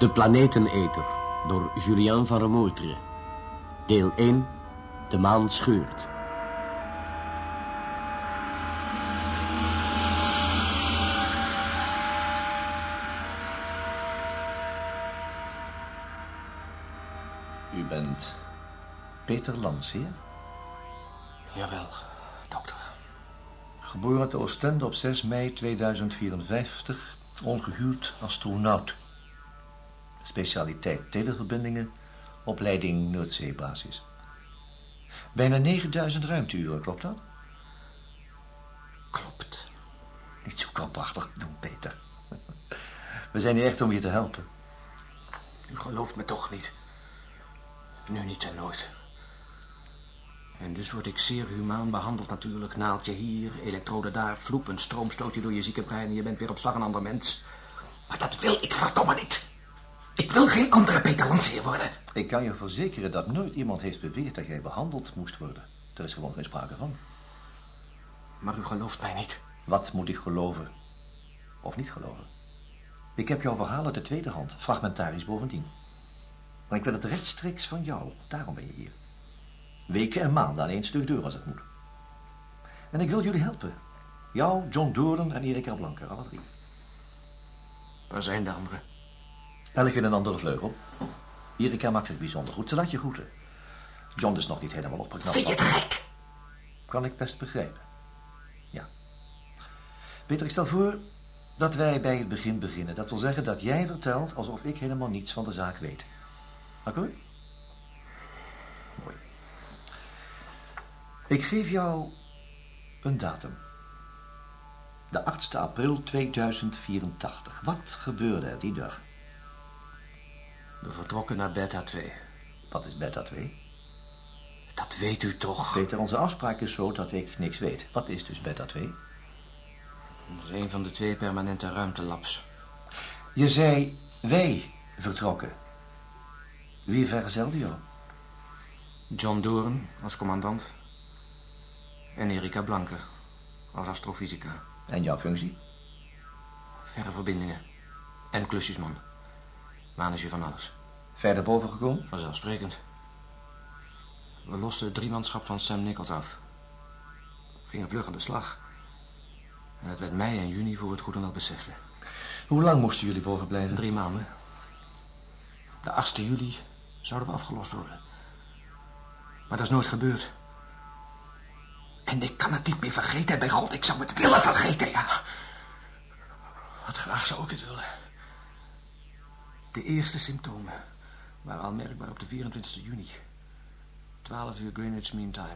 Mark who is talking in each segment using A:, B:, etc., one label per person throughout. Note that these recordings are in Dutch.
A: De Planeteneter door Julien van Remoetre. Deel 1. De maan scheurt.
B: U bent Peter Landseer?
C: Jawel, dokter.
B: Geboren te Oostende op 6 mei 2054, ongehuwd astronaut. Specialiteit televerbindingen, opleiding Noordzeebasis. Bijna 9000 ruimteuren, klopt dat?
C: Klopt.
B: Niet zo krampachtig doen, Peter. We zijn hier echt om je te helpen.
C: U gelooft me toch niet? Nu niet en nooit. En dus word ik zeer humaan behandeld natuurlijk. Naaldje hier, elektrode daar, vloep, een stroomstootje door je zieke brein en je bent weer op slag een ander mens. Maar dat wil ik verdomme niet. Ik wil geen andere Peter Landseer worden.
B: Ik kan je verzekeren dat nooit iemand heeft beweerd dat jij behandeld moest worden. Er is gewoon geen sprake van.
C: Maar u gelooft mij niet.
B: Wat moet ik geloven? Of niet geloven? Ik heb jouw verhaal uit de tweede hand, fragmentarisch bovendien. Maar ik wil het rechtstreeks van jou, daarom ben je hier. Weken en maanden aan één stuk deur als het moet. En ik wil jullie helpen. Jou, John Doorn en Erika Blanker, alle drie.
C: Waar zijn de anderen?
B: Elk in een andere vleugel. Erika maakt het bijzonder goed, ze laat je groeten. John is nog niet helemaal opgeknapt.
C: Vind je het gek?
B: Kan ik best begrijpen. Ja. Peter, ik stel voor dat wij bij het begin beginnen. Dat wil zeggen dat jij vertelt alsof ik helemaal niets van de zaak weet. Akkoord? Mooi. Ik geef jou een datum. De 8e april 2084. Wat gebeurde er die dag?
C: We vertrokken naar Beta 2.
B: Wat is Beta 2?
C: Dat weet u toch?
B: Peter, onze afspraak is zo dat ik niks weet. Wat is dus Beta 2?
C: Dat is een van de 2 permanente ruimtelabs.
B: Je zei, wij vertrokken. Wie vergezelde jou?
C: John Doorn als commandant. En Erika Blanker als astrofysica.
B: En jouw functie?
C: Verre verbindingen. En klusjesman. Manage van alles.
B: Verder boven gekomen?
C: Vanzelfsprekend. We losten het 3-manschap van Sam Nichols af. Gingen vlug aan de slag. En het werd mei en juni voor we het goed en wel beseften.
B: Hoe lang moesten jullie boven blijven?
C: 3 maanden. De 8e juli zouden we afgelost worden. Maar dat is nooit gebeurd. En ik kan het niet meer vergeten, bij God, ik zou het willen vergeten, ja. Wat graag zou ik het willen. De eerste symptomen waren al merkbaar op de 24 juni. 12 uur Greenwich Mean Time.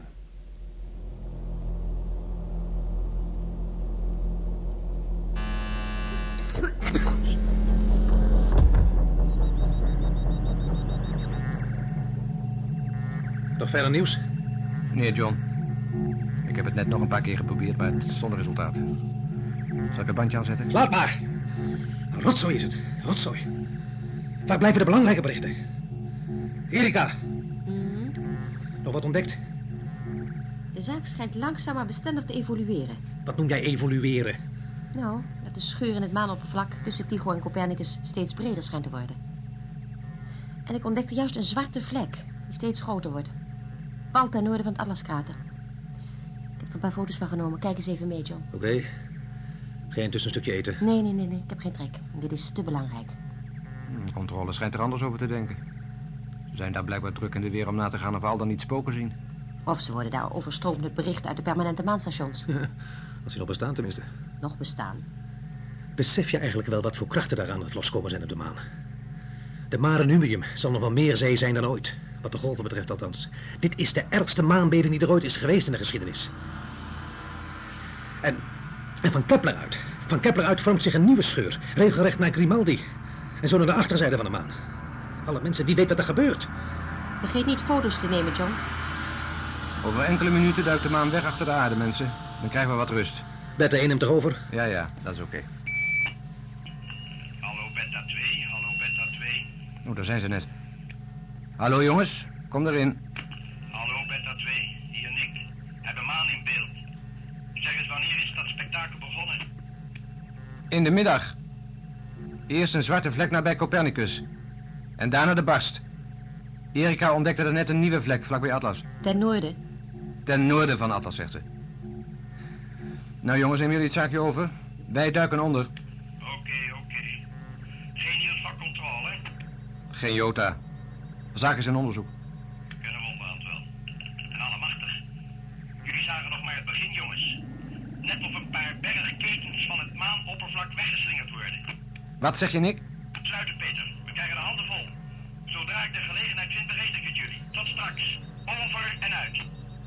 D: Nog verder nieuws?
E: Nee, John. Ik heb het net nog een paar keer geprobeerd, maar het is zonder resultaat. Zal ik het bandje aanzetten?
D: Laat maar. Rotzooi is het. Rotzooi. Waar blijven de belangrijke berichten? Erika. Nog wat ontdekt?
F: De zaak schijnt langzaam maar bestendig te evolueren.
D: Wat noem jij evolueren?
F: Nou, dat de scheur in het maanoppervlak tussen Tycho en Copernicus steeds breder schijnt te worden. En ik ontdekte juist een zwarte vlek die steeds groter wordt. Pal ten noorden van het Atlaskrater. Ik heb er een paar foto's van genomen. Kijk eens even mee, John.
D: Oké. Geen tussenstukje eten?
F: Nee. Ik heb geen trek. Dit is te belangrijk.
E: De controle schijnt er anders over te denken. Ze zijn daar blijkbaar druk in de weer om na te gaan of we al dan niet spoken zien.
F: Of ze worden daar overstroomd met berichten uit de permanente maanstations.
D: Als die nog bestaan tenminste.
F: Nog bestaan.
D: Besef je eigenlijk wel wat voor krachten daar aan het loskomen zijn op de maan? De Mare Nubium zal nog wel meer zee zijn dan ooit. Wat de golven betreft althans. Dit is de ergste maanbeding die er ooit is geweest in de geschiedenis. En van Kepler uit vormt zich een nieuwe scheur. Regelrecht naar Grimaldi. En zo naar de achterzijde van de maan. Alle mensen, wie weet wat er gebeurt.
F: Vergeet niet foto's te nemen, John.
E: Over enkele minuten duikt de maan weg achter de aarde, mensen. Dan krijgen we wat rust.
D: Beta 1 neemt erover.
E: Ja, dat is oké.
G: Hallo Beta 2, hallo Beta 2.
E: Oh, daar zijn ze net. Hallo jongens, kom erin.
G: Hallo Beta 2, hier Nick. Hebben maan in beeld. Zeg eens, wanneer is dat spektakel begonnen?
E: In de middag. Eerst een zwarte vlek nabij Copernicus. En daarna de barst. Erika ontdekte er net een nieuwe vlek vlakbij Atlas.
F: Ten noorden.
E: Ten noorden van Atlas, zegt ze. Nou jongens, nemen jullie het zaakje over? Wij duiken onder.
G: Oké. Geen nieuws van controle?
E: Geen jota. De zaak is in onderzoek.
G: Kunnen we onderhand wel. En allemachtig. Jullie zagen nog maar het begin, jongens. Net of een paar bergketens van het maanoppervlak weggeslingerd worden.
E: Wat zeg je, Nick?
G: Sluiten, Peter. We krijgen de handen vol. Zodra ik de gelegenheid vind, bericht ik het jullie. Tot straks. Over en uit.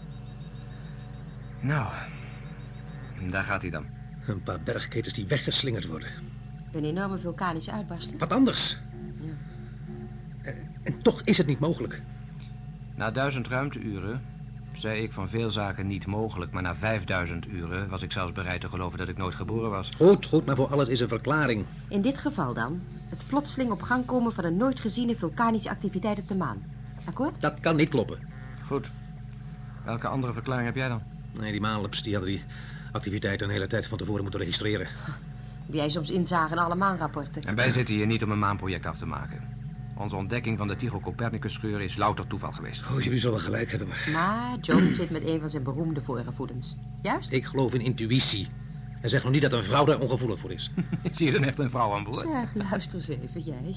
E: Nou, daar gaat hij dan.
D: Een paar bergketens die weggeslingerd worden.
F: Een enorme vulkanische uitbarsting.
D: Wat anders.
F: Ja.
D: En toch is het niet mogelijk.
E: Na 1000 ruimteuren zei ik van veel zaken niet mogelijk, maar na 5000 uren was ik zelfs bereid te geloven dat ik nooit geboren was.
D: Goed, maar voor alles is een verklaring.
F: In dit geval dan het plotseling op gang komen van een nooit geziene vulkanische activiteit op de maan. Akkoord?
D: Dat kan niet kloppen.
E: Goed. Welke andere verklaring heb jij dan?
D: Nee, die maanlabs die hadden die activiteit een hele tijd van tevoren moeten registreren.
F: Jij soms inzagen in alle maanrapporten.
E: En wij zitten hier niet om een maanproject af te maken. Onze ontdekking van de Tycho Copernicus-scheur is louter toeval geweest.
D: Oh, jullie zullen wel gelijk hebben.
F: Maar John zit met een van zijn beroemde voorgevoelens. Juist?
D: Ik geloof in intuïtie. En zeg nog niet dat een vrouw daar ongevoelig voor is.
E: Is hier dan echt een vrouw aan boord?
F: Zeg, luister eens even, jij.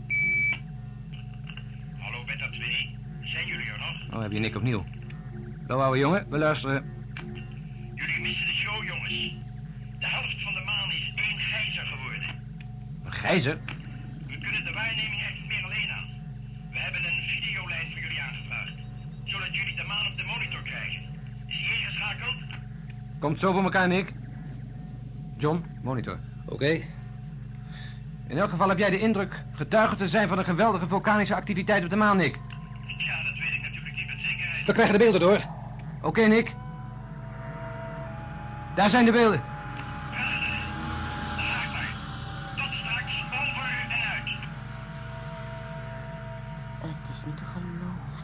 G: Hallo, Beta 2. Zijn jullie er nog?
E: Oh, heb je Nick opnieuw? Wel, ouwe jongen, we luisteren.
G: Jullie missen de show, jongens. De helft van de maan is 1 gijzer geworden.
E: Een gijzer?
G: We kunnen de waarneming echt niet meer alleen aan. We hebben een videolijn voor jullie aangevraagd. Zodat jullie de maan op de monitor krijgen. Is die ingeschakeld?
E: Komt zo voor elkaar, Nick. John, monitor.
D: Oké.
E: In elk geval heb jij de indruk getuige te zijn van een geweldige vulkanische activiteit op de maan, Nick.
G: Ja, dat weet ik natuurlijk niet met zekerheid.
D: We krijgen de beelden door.
E: Oké, Nick. Daar zijn de beelden.
G: Daar ga ik maar. Tot straks. Over en uit.
F: Het is niet te geloven.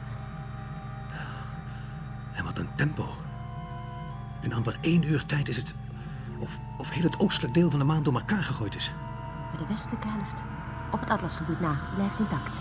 D: En wat een tempo. In amper 1 uur tijd is het... Of heel het oostelijk deel van de maan door elkaar gegooid is.
F: Maar de westelijke helft, op het Atlasgebied na, blijft intact.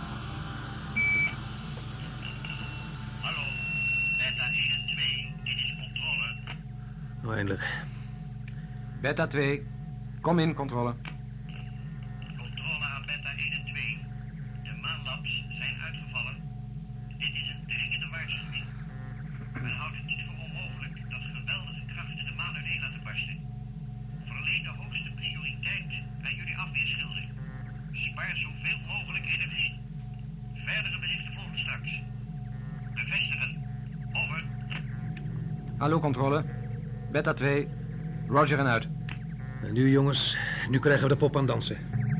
G: Hallo. Beta 1 en 2. Dit is controle.
D: Nou, eindelijk.
E: Beta 2. Kom in, controle.
G: Controle aan Beta 1 en 2. De maanlabs zijn uitgevallen. Dit is een dringende waarschuwing. Men houdt het niet voor onmogelijk dat geweldige krachten de maan uiteen laten barsten. Verleen de hoogste prioriteit aan jullie afweerschilden. Spaar zoveel mogelijk energie. Verdere berichten volgen straks. Bevestigen. Over.
E: Hallo, controle. Beta 2. Roger en uit.
D: En nu, jongens, nu krijgen we de pop aan dansen.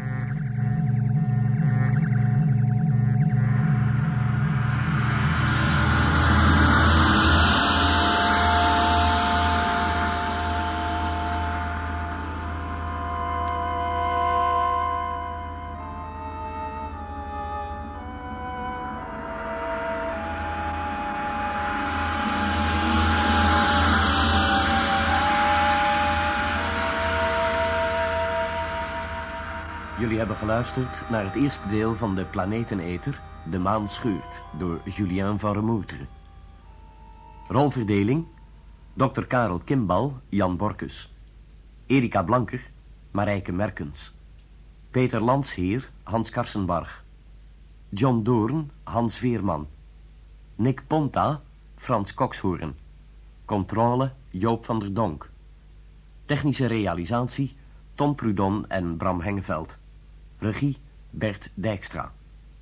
A: Jullie hebben geluisterd naar het eerste deel van de Planeteneter, De Maan Scheurt, door Julien van Remoetre. Rolverdeling: Dr. Karel Kimbal, Jan Borkus. Erika Blanker, Marijke Merkens. Peter Landsheer, Hans Karsenbarg. John Doorn, Hans Veerman. Nick Ponta, Frans Kokshoorn. Controle, Joop van der Donk. Technische realisatie, Tom Prudon en Bram Hengeveld. Regie, Bert Dijkstra.